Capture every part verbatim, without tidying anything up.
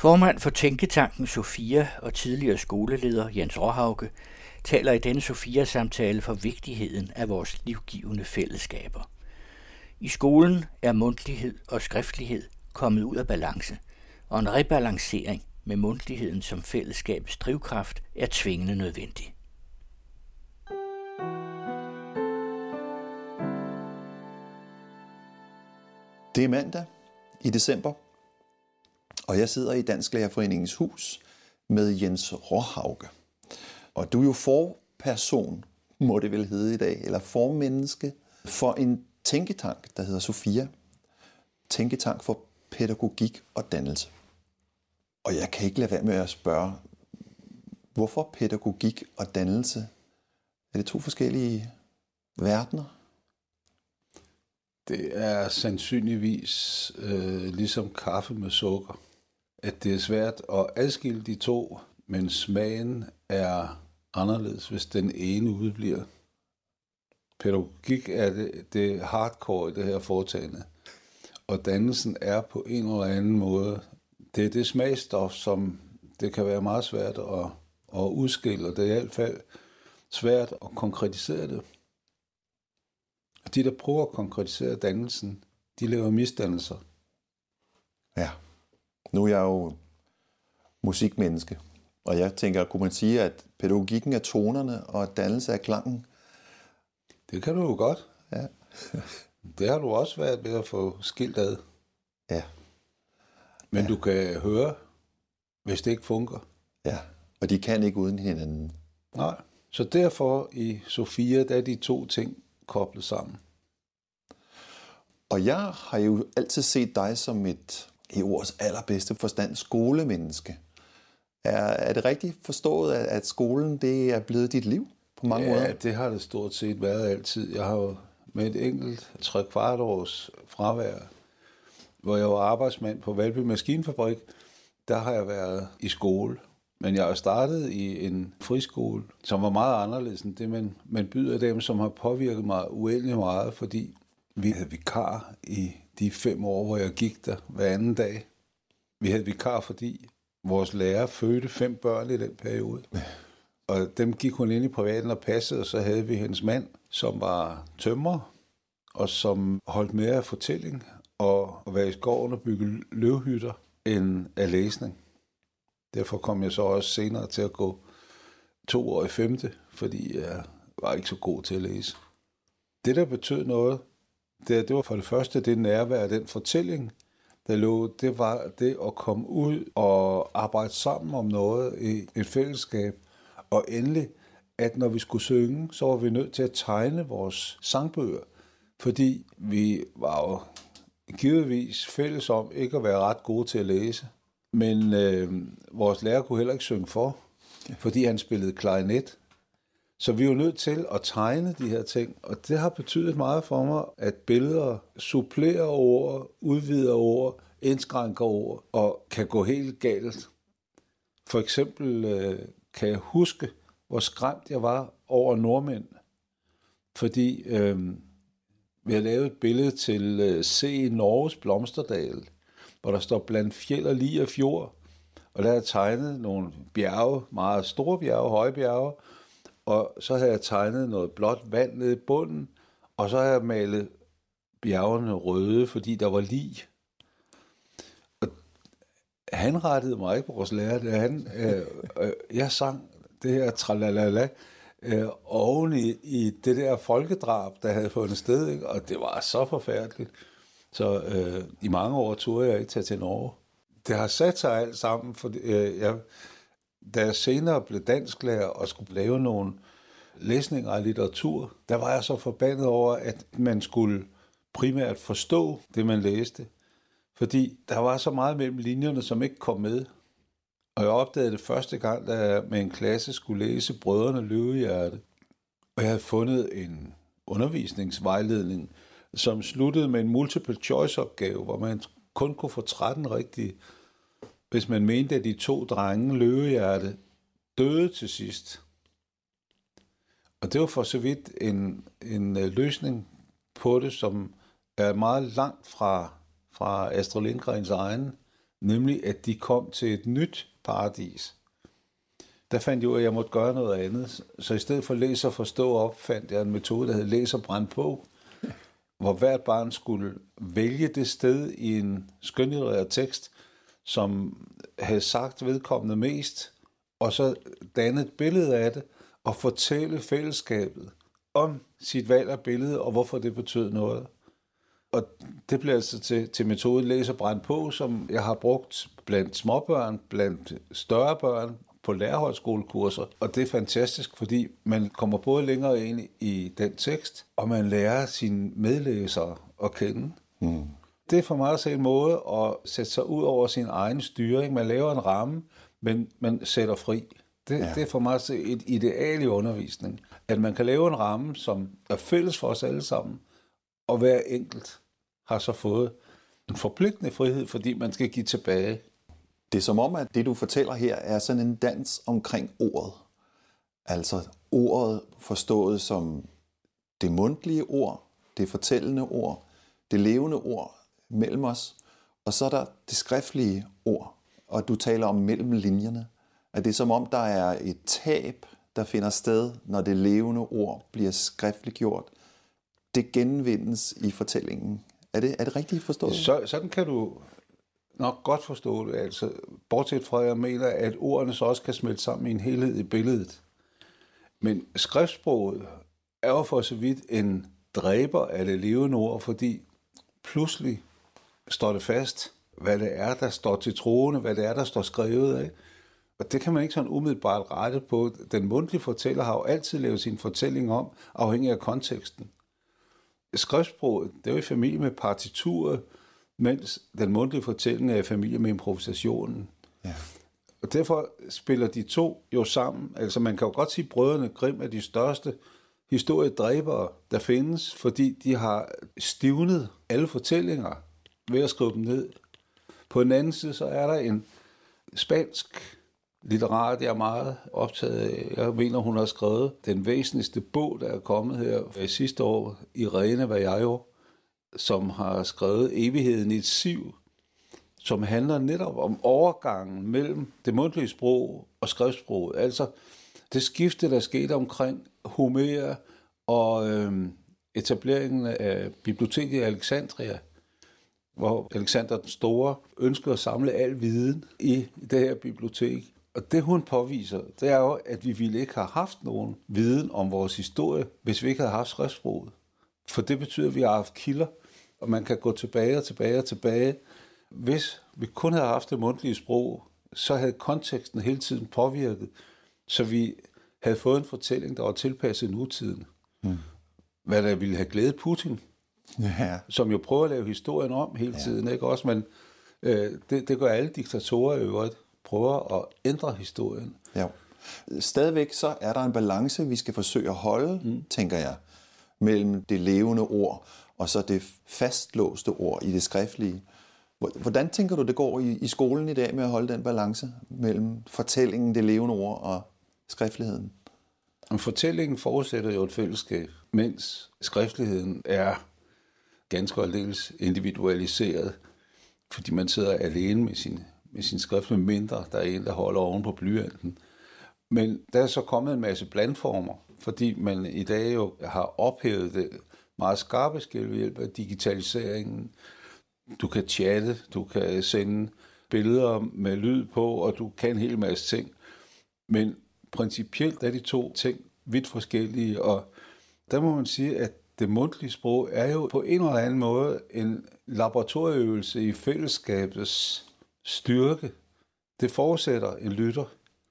Formand for Tænketanken Sofia og tidligere skoleleder Jens Råhauke taler i denne Sofia-samtale for vigtigheden af vores livgivende fællesskaber. I skolen er mundtlighed og skriftlighed kommet ud af balance, og en rebalancering med mundtligheden som fællesskabets drivkraft er tvingende nødvendig. Det er mandag i december, og jeg sidder i Dansklærerforeningens hus med Jens Råhauke. Og du er jo forperson, må det vel hedde i dag, eller formenneske for en tænketank, der hedder Sofia. Tænketank for pædagogik og dannelse. Og jeg kan ikke lade være med at spørge, hvorfor pædagogik og dannelse? Er det to forskellige verdener? Det er sandsynligvis øh, ligesom kaffe med sukker. At det er svært at adskille de to, men smagen er anderledes, hvis den ene udbliver. Pædagogik er det, det hardcore i det her foretagende. Og dannelsen er på en eller anden måde, det er det smagstof, som det kan være meget svært at, at udskille, og det er i hvert fald svært at konkretisere det. De, der prøver at konkretisere dannelsen, de laver misdannelser. Ja, nu er jeg jo musikmenneske, og jeg tænker, kunne man sige, at pædagogikken er tonerne, og dannelse er klangen? Det kan du jo godt. Ja. Det har du også været ved at få skilt ad. Ja. Men ja. Du kan høre, hvis det ikke fungerer. Ja, og de kan ikke uden hinanden. Nej, så derfor i Sofia, der er de to ting koblet sammen. Og jeg har jo altid set dig som et, i ordets allerbedste forstand, skolemenneske. Er, er det rigtigt forstået, at, at skolen det er blevet dit liv på mange ja, måder? Ja, det har det stort set været altid. Jeg har jo med et enkelt tre kvart års fravær, hvor jeg var arbejdsmand på Valby Maskinfabrik, der har jeg været i skole. Men jeg har startet i en friskole, som var meget anderledes end det, man, man byder dem, som har påvirket mig uendelig meget, fordi vi havde vikar i de fem år, hvor jeg gik der hver anden dag. Vi havde vikar, fordi vores lærer fødte fem børn i den periode. Og dem gik hun ind i privaten og passede, og så havde vi hendes mand, som var tømrer, og som holdt mere af fortælling og at være i skoven og bygge løvhytter end af læsning. Derfor kom jeg så også senere til at gå to år i femte, fordi jeg var ikke så god til at læse. Det, der betød noget, det, det var for det første det nærvær, den fortælling, der lå, det var det at komme ud og arbejde sammen om noget i et fællesskab. Og endelig, at når vi skulle synge, så var vi nødt til at tegne vores sangbøger, fordi vi var jo givetvis fælles om ikke at være ret gode til at læse. Men øh, vores lærer kunne heller ikke synge for, fordi han spillede klarinet. Så vi var nødt til at tegne de her ting, og det har betydet meget for mig, at billeder supplerer ord, udvider ord, indskrænker ord og kan gå helt galt. For eksempel øh, kan jeg huske, hvor skræmt jeg var over nordmænd, fordi øh, vi har lavet et billede til øh, Se Norges Blomsterdal, hvor der står blandt fjeld og lig og fjord, og der har jeg tegnet nogle bjerge, meget store bjerge, høje bjerge, og så har jeg tegnet noget blåt vand nede i bunden, og så har jeg malet bjergene røde, fordi der var lig. Og han rettede mig ikke, vores lærer, det han, øh, øh, jeg sang det her tralalala, øh, oven i, i det der folkedrab, der havde fundet sted, ikke? Og det var så forfærdeligt. Så øh, i mange år turde jeg ikke tage til Norge. Det har sat sig alt sammen, for øh, jeg, da jeg senere blev dansklærer og skulle lave nogle læsninger af litteratur, der var jeg så forbandet over, at man skulle primært forstå det, man læste. Fordi der var så meget mellem linjerne, som ikke kom med. Og jeg opdagede det første gang, da jeg med en klasse skulle læse Brødrene Løvehjerte. Og jeg havde fundet en undervisningsvejledning, som sluttede med en multiple choice opgave, hvor man kun kunne få tretten rigtige, hvis man mente, at de to drenge Løvehjerte døde til sidst. Og det var for så vidt en, en løsning på det, som er meget langt fra, fra Astrid Lindgrens egen nemlig at de kom til et nyt paradis. Der fandt jeg ud af, at jeg måtte gøre noget andet. Så i stedet for læse og forstå, opfandt jeg en metode, der hed læse og brænde på, hvor hvert barn skulle vælge det sted i en skønlitterær tekst, som havde sagt vedkommende mest, og så danne et billede af det, og fortælle fællesskabet om sit valg af billede, og hvorfor det betød noget. Og det blev altså til, til metoden læs og brænde på, som jeg har brugt blandt småbørn, blandt større børn, på lærerhøjskolekurser, og det er fantastisk, fordi man kommer både længere ind i den tekst, og man lærer sine medlæsere at kende. Mm. Det er for mig at se en måde at sætte sig ud over sin egen styring. Man laver en ramme, men man sætter fri. Det, ja. det er for mig at se et ideal i undervisning, at man kan lave en ramme, som er fælles for os alle sammen, og hver enkelt har så fået en forpligtende frihed, fordi man skal give tilbage. Det er som om, at det, du fortæller her, er sådan en dans omkring ordet. Altså ordet forstået som det mundtlige ord, det fortællende ord, det levende ord mellem os, og så er der det skriftlige ord, og du taler om mellem linjerne. At det er som om, der er et tab, der finder sted, når det levende ord bliver skriftliggjort. Det genvindes i fortællingen. Er det, er det rigtigt forstået? Så, sådan kan du nok godt forstå det. Altså, bortset fra, at jeg mener, at ordene så også kan smelte sammen i en helhed i billedet. Men skriftsproget er jo for så vidt en dræber af det levende ord, fordi pludselig står det fast, hvad det er, der står til troende, hvad det er, der står skrevet af. Og det kan man ikke sådan umiddelbart rette på. Den mundtlige fortæller har jo altid lavet sin fortælling om, afhængig af konteksten. Skriftsproget, det er jo i familie med partituret, mens den mundtlige fortælling er i familie med improvisationen. Ja. Og derfor spiller de to jo sammen. Altså man kan jo godt sige, at brødrene Grimm er de største historiedræbere, der findes, fordi de har stivnet alle fortællinger ved at skrive dem ned. På den anden side, så er der en spansk litterat, jeg er meget optaget af. Jeg mener, hun har skrevet den væsentligste bog, der er kommet her sidste år, Irene Vallejo, som har skrevet Evigheden i et siv, som handler netop om overgangen mellem det mundtlige sprog og skriftsproget. Altså det skifte, der skete omkring Homer og øhm, etableringen af biblioteket i Alexandria, hvor Alexander den Store ønsker at samle al viden i det her bibliotek. Og det hun påviser, det er jo, at vi ville ikke have haft nogen viden om vores historie, hvis vi ikke havde haft skriftsproget. For det betyder, at vi har haft kilder, og man kan gå tilbage og tilbage og tilbage. Hvis vi kun havde haft det mundtlige sprog, så havde konteksten hele tiden påvirket, så vi havde fået en fortælling, der var tilpasset nutiden. Hmm. Hvad der ville have glædet Putin, ja. Som jo prøver at lave historien om hele tiden, ja. Ikke også? Men øh, det, det gør alle diktatorer i øvrigt, prøver at ændre historien. Ja. Stadigvæk så er der en balance, vi skal forsøge at holde, mm. tænker jeg, mellem det levende ord og så det fastlåste ord i det skriftlige. Hvordan tænker du, det går i, i skolen i dag med at holde den balance mellem fortællingen, det levende ord og skriftligheden? Fortællingen forudsætter jo et fællesskab, mens skriftligheden er ganske aldeles individualiseret, fordi man sidder alene med sin, med sin skrift, med mindre der er en, der holder oven på blyanten. Men der er så kommet en masse blandformer, fordi man i dag jo har ophævet det meget skarpe skæld ved hjælp af digitaliseringen. Du kan chatte, du kan sende billeder med lyd på, og du kan en hel masse ting. Men principielt er de to ting vidt forskellige, og der må man sige, at det mundtlige sprog er jo på en eller anden måde en laboratorieøvelse i fællesskabets styrke. Det forudsætter en lytter,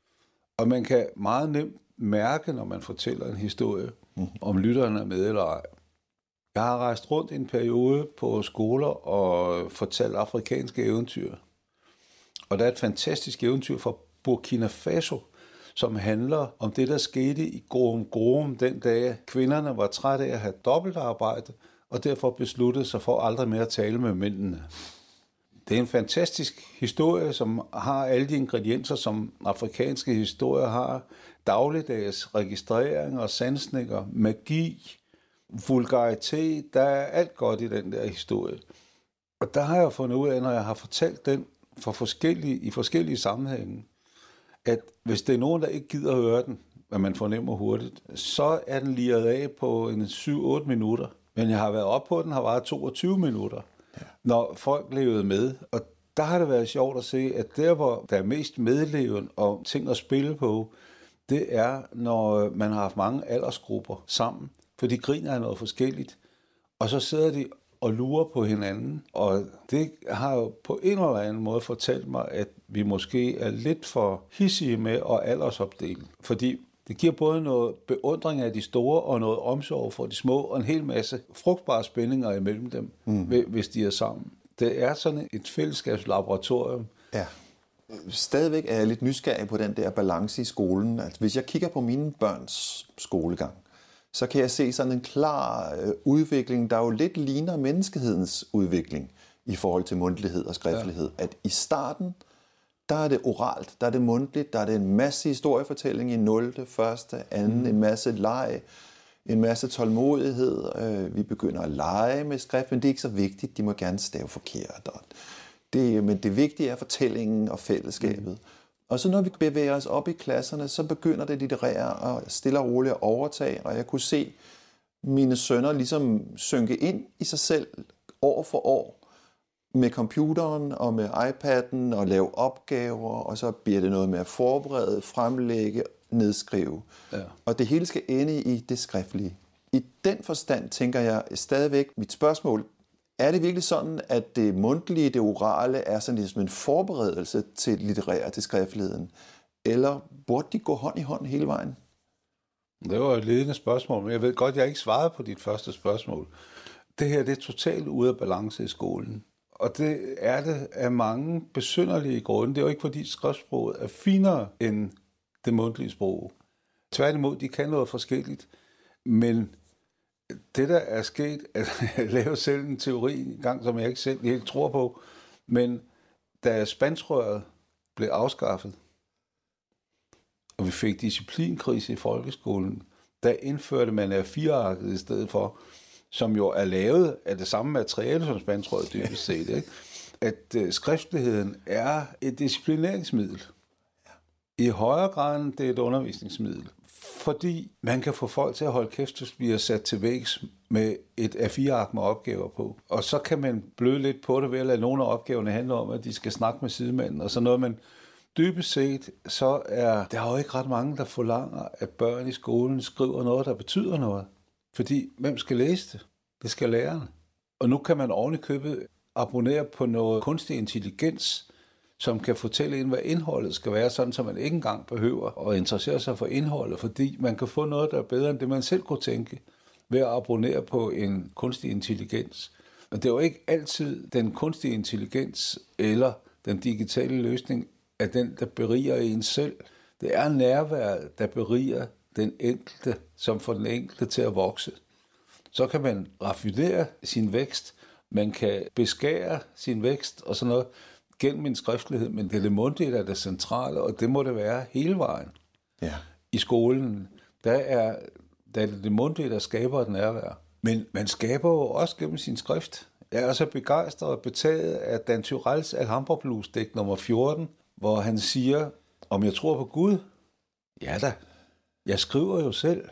og man kan meget nemt mærke, når man fortæller en historie, om lytteren er med eller ej. Jeg har rejst rundt en periode på skoler og fortalt afrikanske eventyr. Og der er et fantastisk eventyr fra Burkina Faso, som handler om det, der skete i Gorum Gorum den dag. Kvinderne var trætte af at have dobbeltarbejde, og derfor besluttede sig for aldrig mere at tale med mændene. Det er en fantastisk historie, som har alle de ingredienser, som afrikanske historier har. Dagligdags registreringer, sansninger, magi, vulgaritet, der er alt godt i den der historie. Og der har jeg fundet ud af, når jeg har fortalt den for forskellige, i forskellige sammenhænge, at hvis det er nogen, der ikke gider at høre den, hvad man fornemmer hurtigt, så er den liret af på en syv otte minutter. Men jeg har været op på den, har varet toogtyve minutter, ja. Når folk levede med. Og der har det været sjovt at se, at der, hvor der er mest medleven og ting at spille på, det er, når man har haft mange aldersgrupper sammen, for de griner af noget forskelligt, og så sidder de og lurer på hinanden, og det har jo på en eller anden måde fortalt mig, at vi måske er lidt for hissige med at aldersopdele, fordi det giver både noget beundring af de store, og noget omsorg for de små, og en hel masse frugtbare spændinger imellem dem, mm. hvis de er sammen. Det er sådan et fællesskabslaboratorium. Ja. Stadigvæk er jeg lidt nysgerrig på den der balance i skolen. Altså, hvis jeg kigger på mine børns skolegang, så kan jeg se sådan en klar øh, udvikling, der jo lidt ligner menneskehedens udvikling i forhold til mundtlighed og skriftlighed. Ja. At i starten, der er det oralt, der er det mundtligt, der er det en masse historiefortælling i nul, første, anden, mm. en masse leg, en masse tålmodighed. Øh, vi begynder at lege med skrift, men det er ikke så vigtigt. De må gerne stave forkert. Og det, men det vigtige er fortællingen og fællesskabet. Mm. Og så når vi bevæger os op i klasserne, så begynder det litterære og stille og roligt at overtage, og jeg kunne se mine sønner ligesom synke ind i sig selv år for år med computeren og med iPad'en og lave opgaver, og så bliver det noget med at forberede, fremlægge, nedskrive. Ja. Og det hele skal ende i det skriftlige. I den forstand tænker jeg stadigvæk, mit spørgsmål, er det virkelig sådan, at det mundtlige, det orale, er sådan ligesom en forberedelse til litterære, til skriftligheden? Eller burde de gå hånd i hånd hele vejen? Det var et ledende spørgsmål, men jeg ved godt, jeg ikke svarede på dit første spørgsmål. Det her, det er totalt ude af balance i skolen. Og det er det af mange besynderlige grunde. Det er jo ikke, fordi skriftsproget er finere end det mundtlige sprog. Tværtimod, de kan noget forskelligt. Men det, der er sket, at jeg lavede selv en teori en gang, som jeg ikke selv helt tror på, men da spanskrøret blev afskaffet, og vi fik disciplinkrise i folkeskolen, der indførte man A fire arket i stedet for, som jo er lavet af det samme materiale som spanskrøret dybest set, ikke? At uh, skriftligheden er et disciplineringsmiddel. I højere grad end det er et undervisningsmiddel. Fordi man kan få folk til at holde kæft, hvis vi er sat til vægs med et A fire ark med opgaver på. Og så kan man bløde lidt på det ved at lade nogle af opgaverne handle om, at de skal snakke med sidemanden og sådan noget. Men dybest set, så er der jo ikke ret mange, der forlanger, at børn i skolen skriver noget, der betyder noget. Fordi hvem skal læse det? Det skal lærerne. Og nu kan man oven i købet abonnere på noget kunstig intelligens, som kan fortælle ind, hvad indholdet skal være, sådan så man ikke engang behøver at interessere sig for indholdet, fordi man kan få noget, der er bedre end det, man selv kunne tænke, ved at abonnere på en kunstig intelligens. Og det er jo ikke altid den kunstige intelligens eller den digitale løsning, er den, der beriger en selv. Det er nærværet, der beriger den enkelte, som får den enkelte til at vokse. Så kan man raffinere sin vækst, man kan beskære sin vækst og sådan noget, gennem min skriftlighed, men det er det mundtlige, der er det centrale, og det må det være hele vejen. Ja. I skolen, der er, der er det det mundtlige, der skaber et nærvær. Men man skaber jo også gennem sin skrift. Jeg er så begejstret og betaget af Dan Tyrells Alhambra Blues digt nummer fjorten, hvor han siger, om jeg tror på Gud? Ja da, jeg skriver jo selv.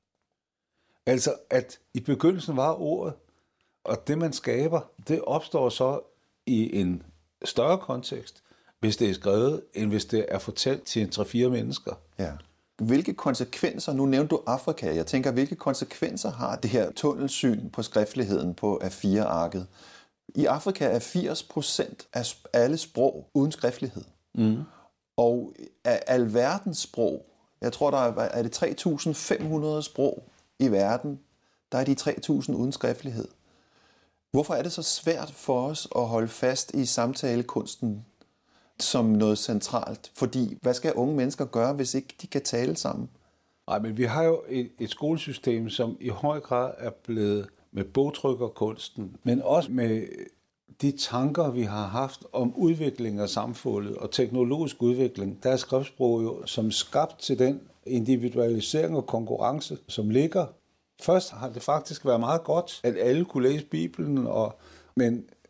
Altså, at i begyndelsen var ordet, og det man skaber, det opstår så i en større kontekst, hvis det er skrevet, end hvis det er fortalt til en tre-fire mennesker. Ja. Hvilke konsekvenser, nu nævnte du Afrika, jeg tænker, hvilke konsekvenser har det her tunnelsyn på skriftligheden på A fire arket? I Afrika er firs procent af alle sprog uden skriftlighed. Mm. Og af alverdens sprog, jeg tror, der er, er det tre tusind fem hundrede sprog i verden, der er de tre tusind uden skriftlighed. Hvorfor er det så svært for os at holde fast i samtalekunsten som noget centralt? Fordi hvad skal unge mennesker gøre, hvis ikke de kan tale sammen? Nej, men vi har jo et, et skolesystem, som i høj grad er blevet med bogtrykkerkunsten, men også med de tanker, vi har haft om udvikling af samfundet og teknologisk udvikling. Der er skriftsprog jo som skabt til den individualisering og konkurrence, som ligger. Først har det faktisk været meget godt, at alle kunne læse Bibelen, og, men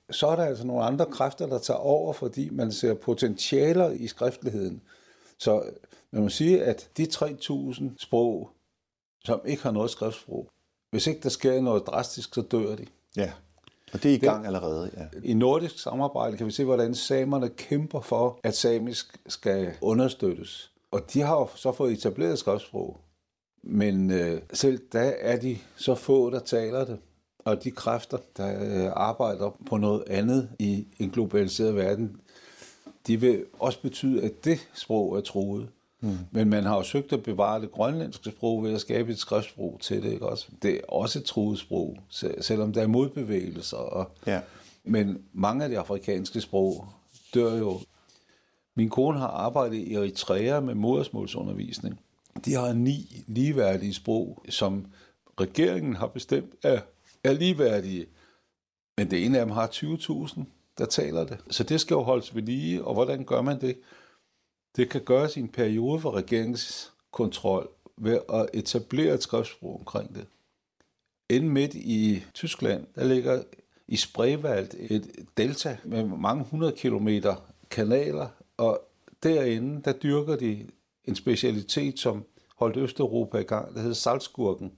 så er der altså nogle andre kræfter, der tager over, fordi man ser potentialer i skriftligheden. Så man må sige, at de tre tusind sprog, som ikke har noget skriftsprog, hvis ikke der sker noget drastisk, så dør de. Ja, og det er i gang det, allerede. Ja. I nordisk samarbejde kan vi se, hvordan samerne kæmper for, at samisk skal understøttes. Og de har jo så fået etableret skriftsprog. Men øh, selv da er de så få, der taler det. Og de kræfter, der øh, arbejder på noget andet i en globaliseret verden, de vil også betyde, at det sprog er truet. Mm. Men man har jo søgt at bevare det grønlandske sprog ved at skabe et skriftsprog til det. Ikke også? Det er også et truet sprog, selvom der er modbevægelser. Og, ja. Men mange af de afrikanske sprog dør jo. Min kone har arbejdet i Eritrea med modersmålsundervisning. De har ni ligeværdige sprog, som regeringen har bestemt er, er ligeværdige. Men det ene af dem har tyve tusind, der taler det. Så det skal jo holdes ved lige, og hvordan gør man det? Det kan gøres i en periode for regeringskontrol ved at etablere et skriftsprog omkring det. Inde midt i Tyskland, der ligger i Spreewald et delta med mange hundrede kilometer kanaler, og derinde, der dyrker de en specialitet, som holdt Østeuropa i gang, der hedder saltskurken.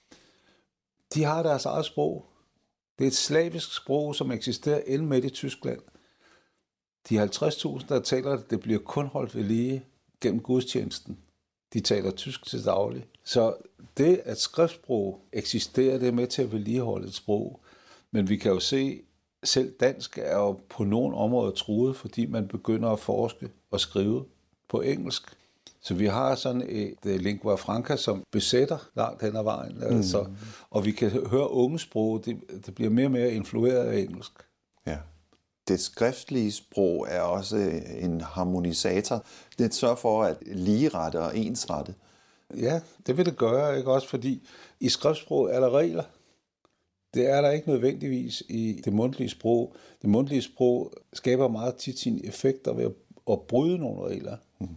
De har deres eget sprog. Det er et slavisk sprog, som eksisterer inde midt i Tyskland. De halvtreds tusind, der taler det, det bliver kun holdt ved lige gennem gudstjenesten. De taler tysk til daglig. Så det, at skriftsprog eksisterer, det er med til at vedligeholde et sprog. Men vi kan jo se, selv dansk er jo på nogle områder truet, fordi man begynder at forske og skrive på engelsk. Så vi har sådan et lingua franca, som besætter langt hen ad vejen. Mm. Altså, og vi kan høre unge sprog, det, det bliver mere og mere influeret af engelsk. Ja. Det skriftlige sprog er også en harmonisator. Det sørger for at ligerette og ensrette. Ja, det vil det gøre, ikke også? Fordi i skriftsprog er der regler. Det er der ikke nødvendigvis i det mundtlige sprog. Det mundtlige sprog skaber meget tit sine effekter ved at bryde nogle regler. Mm.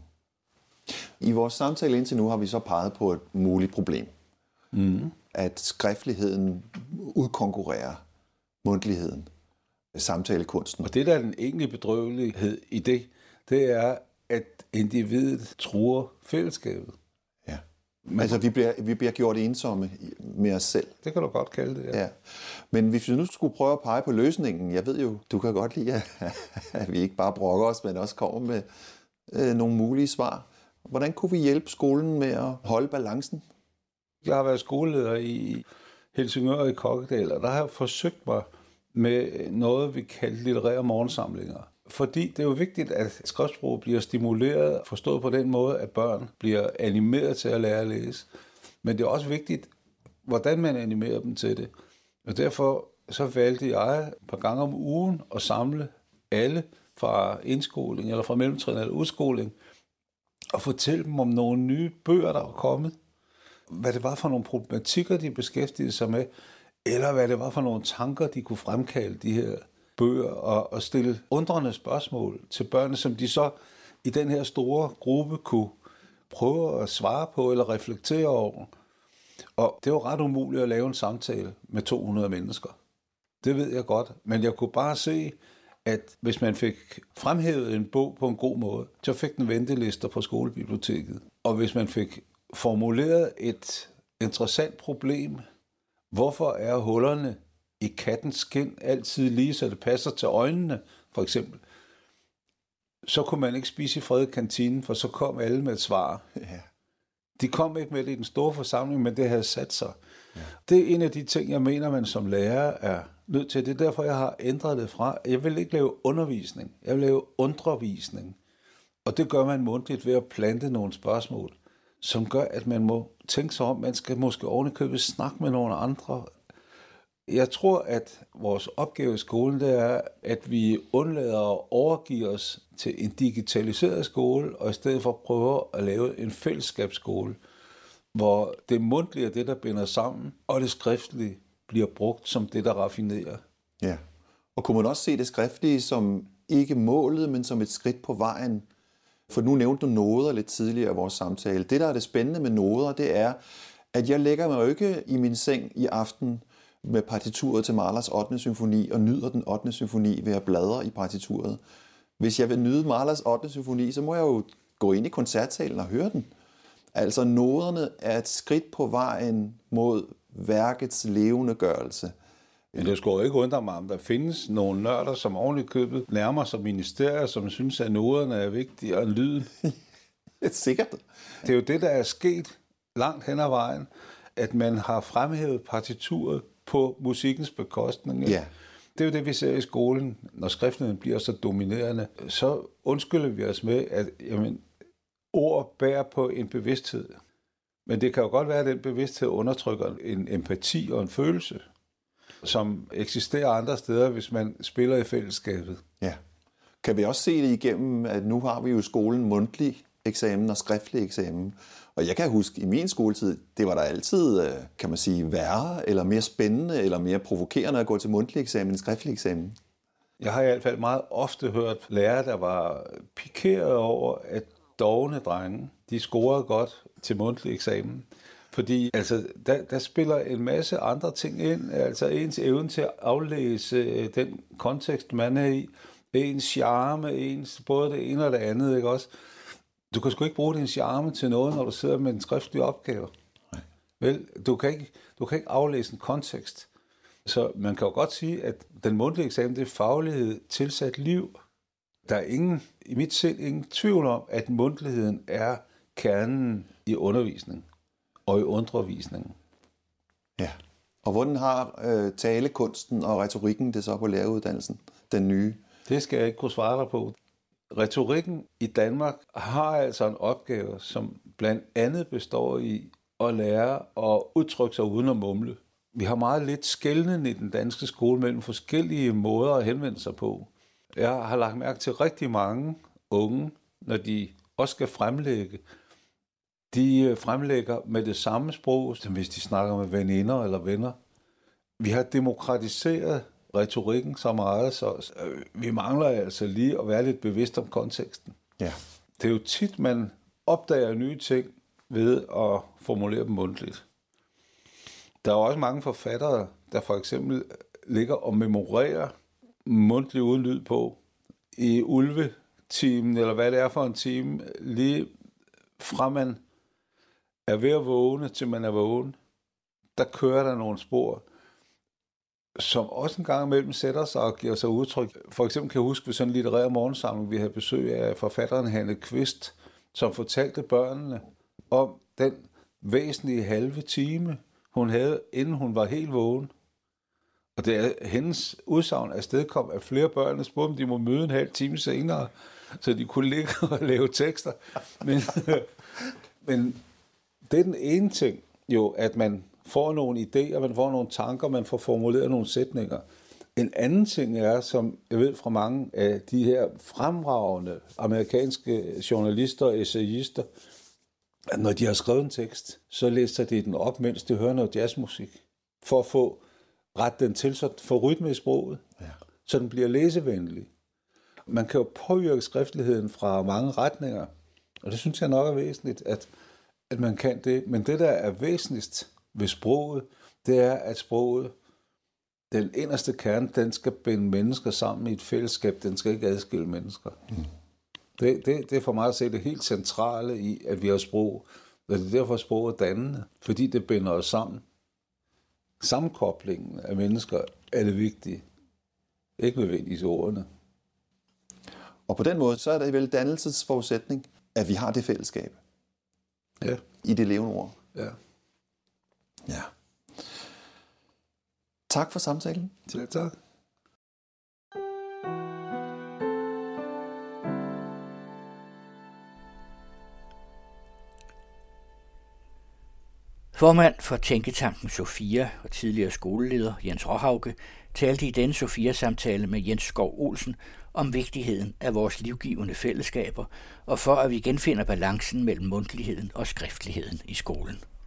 I vores samtale indtil nu har vi så peget på et muligt problem. Mm. At skriftligheden udkonkurrerer mundtligheden, samtalekunsten. Og det, der er den egentlige bedrøvelighed i det, det er, at individet truer fællesskabet. Ja. Men, altså, vi bliver, vi bliver gjort ensomme med os selv. Det kan du godt kalde det, ja. Ja. Men hvis vi nu skulle prøve at pege på løsningen, jeg ved jo, du kan godt lide, at vi ikke bare brokker os, men også kommer med øh, nogle mulige svar. Hvordan kunne vi hjælpe skolen med at holde balancen? Jeg har været skoleleder i Helsingør og i Kokkedal, og der har jeg forsøgt mig med noget, vi kalder litterære morgensamlinger. Fordi det er jo vigtigt, at skriftsprog bliver stimuleret, forstået på den måde, at børn bliver animeret til at lære at læse. Men det er også vigtigt, hvordan man animerer dem til det. Og derfor så valgte jeg et par gange om ugen at samle alle fra indskoling eller fra mellemtrin eller udskoling, og fortælle dem om nogle nye bøger, der var kommet. Hvad det var for nogle problematikker, de beskæftigede sig med, eller hvad det var for nogle tanker, de kunne fremkalde de her bøger, og, og stille undrende spørgsmål til børnene, som de så i den her store gruppe kunne prøve at svare på eller reflektere over. Og det var ret umuligt at lave en samtale med to hundrede mennesker. Det ved jeg godt, men jeg kunne bare se, at hvis man fik fremhævet en bog på en god måde, så fik den ventelister på skolebiblioteket. Og hvis man fik formuleret et interessant problem, hvorfor er hullerne i kattens skind altid lige, så det passer til øjnene, for eksempel, så kunne man ikke spise i fred i kantinen, for så kom alle med et svar. Ja. De kom ikke med det i den store forsamling, men det havde sat sig. Ja. Det er en af de ting, jeg mener, man som lærer er nødt til. Det er derfor, jeg har ændret det fra. Jeg vil ikke lave undervisning. Jeg vil lave undervisning. Og det gør man mundtligt ved at plante nogle spørgsmål, som gør, at man må tænke sig om, man skal måske ovenikøbet snakke med nogle andre. Jeg tror, at vores opgave i skolen, det er, at vi undlader at overgive os til en digitaliseret skole, og i stedet for prøve at lave en fællesskabsskole, hvor det mundtlige er det, der binder sammen, og det skriftlige bliver brugt som det, der raffinerer. Ja, og kunne man også se det skriftlige som ikke målet, men som et skridt på vejen? For nu nævnte du noder lidt tidligere i vores samtale. Det, der er det spændende med noder, det er, at jeg lægger mig jo ikke i min seng i aften med partituret til Mahlers ottende symfoni og nyder den ottende symfoni ved at bladre i partituret. Hvis jeg vil nyde Mahlers ottende symfoni, så må jeg jo gå ind i koncertsalen og høre den. Altså noderne er et skridt på vejen mod værkets levendegørelse. Men det skulle ikke undre mig, om der findes nogle nørder, som ordentligt købet nærmer sig ministerier, som synes, at noderne er vigtigere end lyden. Sikkert. Det er jo det, der er sket langt hen ad vejen, at man har fremhævet partituret på musikkens bekostning. Ja. Det er jo det, vi ser i skolen. Når skriftligheden bliver så dominerende, så undskylder vi os med, at jamen, ord bærer på en bevidsthed. Men det kan jo godt være, at den bevidsthed undertrykker en empati og en følelse, som eksisterer andre steder, hvis man spiller i fællesskabet. Ja. Kan vi også se det igennem, at nu har vi jo i skolen mundtlig eksamen og skriftlig eksamen. Og jeg kan huske, i min skoletid, det var der altid, kan man sige, værre, eller mere spændende, eller mere provokerende at gå til mundtlig eksamen end skriftlig eksamen. Jeg har i hvert fald meget ofte hørt lærere, der var pikeret over, at dovne drenge, de scorede godt til mundtlig eksamen. Fordi altså, der, der spiller en masse andre ting ind, altså ens evne til at aflæse den kontekst, man er i, ens charme, ens både det ene og det andet, ikke også? Du kan sgu ikke bruge din charme til noget, når du sidder med en skriftlig opgave. Nej. Vel, du kan, ikke, du kan ikke aflæse en kontekst. Så man kan jo godt sige, at den mundtlige eksamen, det er faglighed tilsat liv. Der er ingen, i mit sind ingen tvivl om, at mundtligheden er kernen i undervisning og i undervisningen. Ja, og hvordan har øh, talekunsten og retorikken det så på læreruddannelsen, den nye? Det skal jeg ikke kunne svare dig på. Retorikken i Danmark har altså en opgave, som blandt andet består i at lære at udtrykke sig uden at mumle. Vi har meget lidt skelnen i den danske skole mellem forskellige måder at henvende sig på. Jeg har lagt mærke til rigtig mange unge, når de også skal fremlægge, de fremlægger med det samme sprog, som hvis de snakker med veninder eller venner. Vi har demokratiseret retorikken så meget, så vi mangler altså lige at være lidt bevidst om konteksten. Ja. Det er jo tit, man opdager nye ting ved at formulere dem mundtligt. Der er også mange forfattere, der for eksempel ligger og memorerer mundtligt uden lyd på i ulvetimen, eller hvad det er for en time, lige fra man er ved at vågne, til man er vågen. Der kører der nogle spor, som også en gang imellem sætter sig og giver sig udtryk. For eksempel kan jeg huske ved sådan en litterær morgensamling, vi havde besøg af forfatteren Hanne Kvist, som fortalte børnene om den væsentlige halve time, hun havde, inden hun var helt vågen. Og det er hendes udsagn afstedkom, at flere børn spurgte, om de må møde en halv time senere, så de kunne ligge og lave tekster. Men, men det er den ene ting, jo, at man får nogle idéer, man får nogle tanker, man får formuleret nogle sætninger. En anden ting er, som jeg ved fra mange af de her fremragende amerikanske journalister og essayister, at når de har skrevet en tekst, så læser de den op, mens de hører noget jazzmusik, for at få ret den til, så få rytme i sproget, ja. Så den bliver læsevenlig. Man kan jo påvirke skriftligheden fra mange retninger, og det synes jeg nok er væsentligt, at, at man kan det. Men det, der er væsentligst ved sproget, det er, at sproget, den inderste kerne, den skal binde mennesker sammen i et fællesskab, den skal ikke adskille mennesker. Mm. Det, det, det er for mig at se det helt centrale i, at vi har sprog, og det er derfor sproget er dannende, fordi det binder os sammen. Sammenkoblingen af mennesker er det vigtige, ikke nødvendigvis ordene. Og på den måde, så er det vel dannelsesforudsætning, at vi har det fællesskab. Ja. I det levende ord. Ja. Ja. Tak for samtalen. Selv tak. Formand for Tænketanken Sofia og tidligere skoleleder Jens Råhauke talte i denne Sofia-samtale med Jens Skov Olsen om vigtigheden af vores livgivende fællesskaber og for at vi genfinder balancen mellem mundtligheden og skriftligheden i skolen.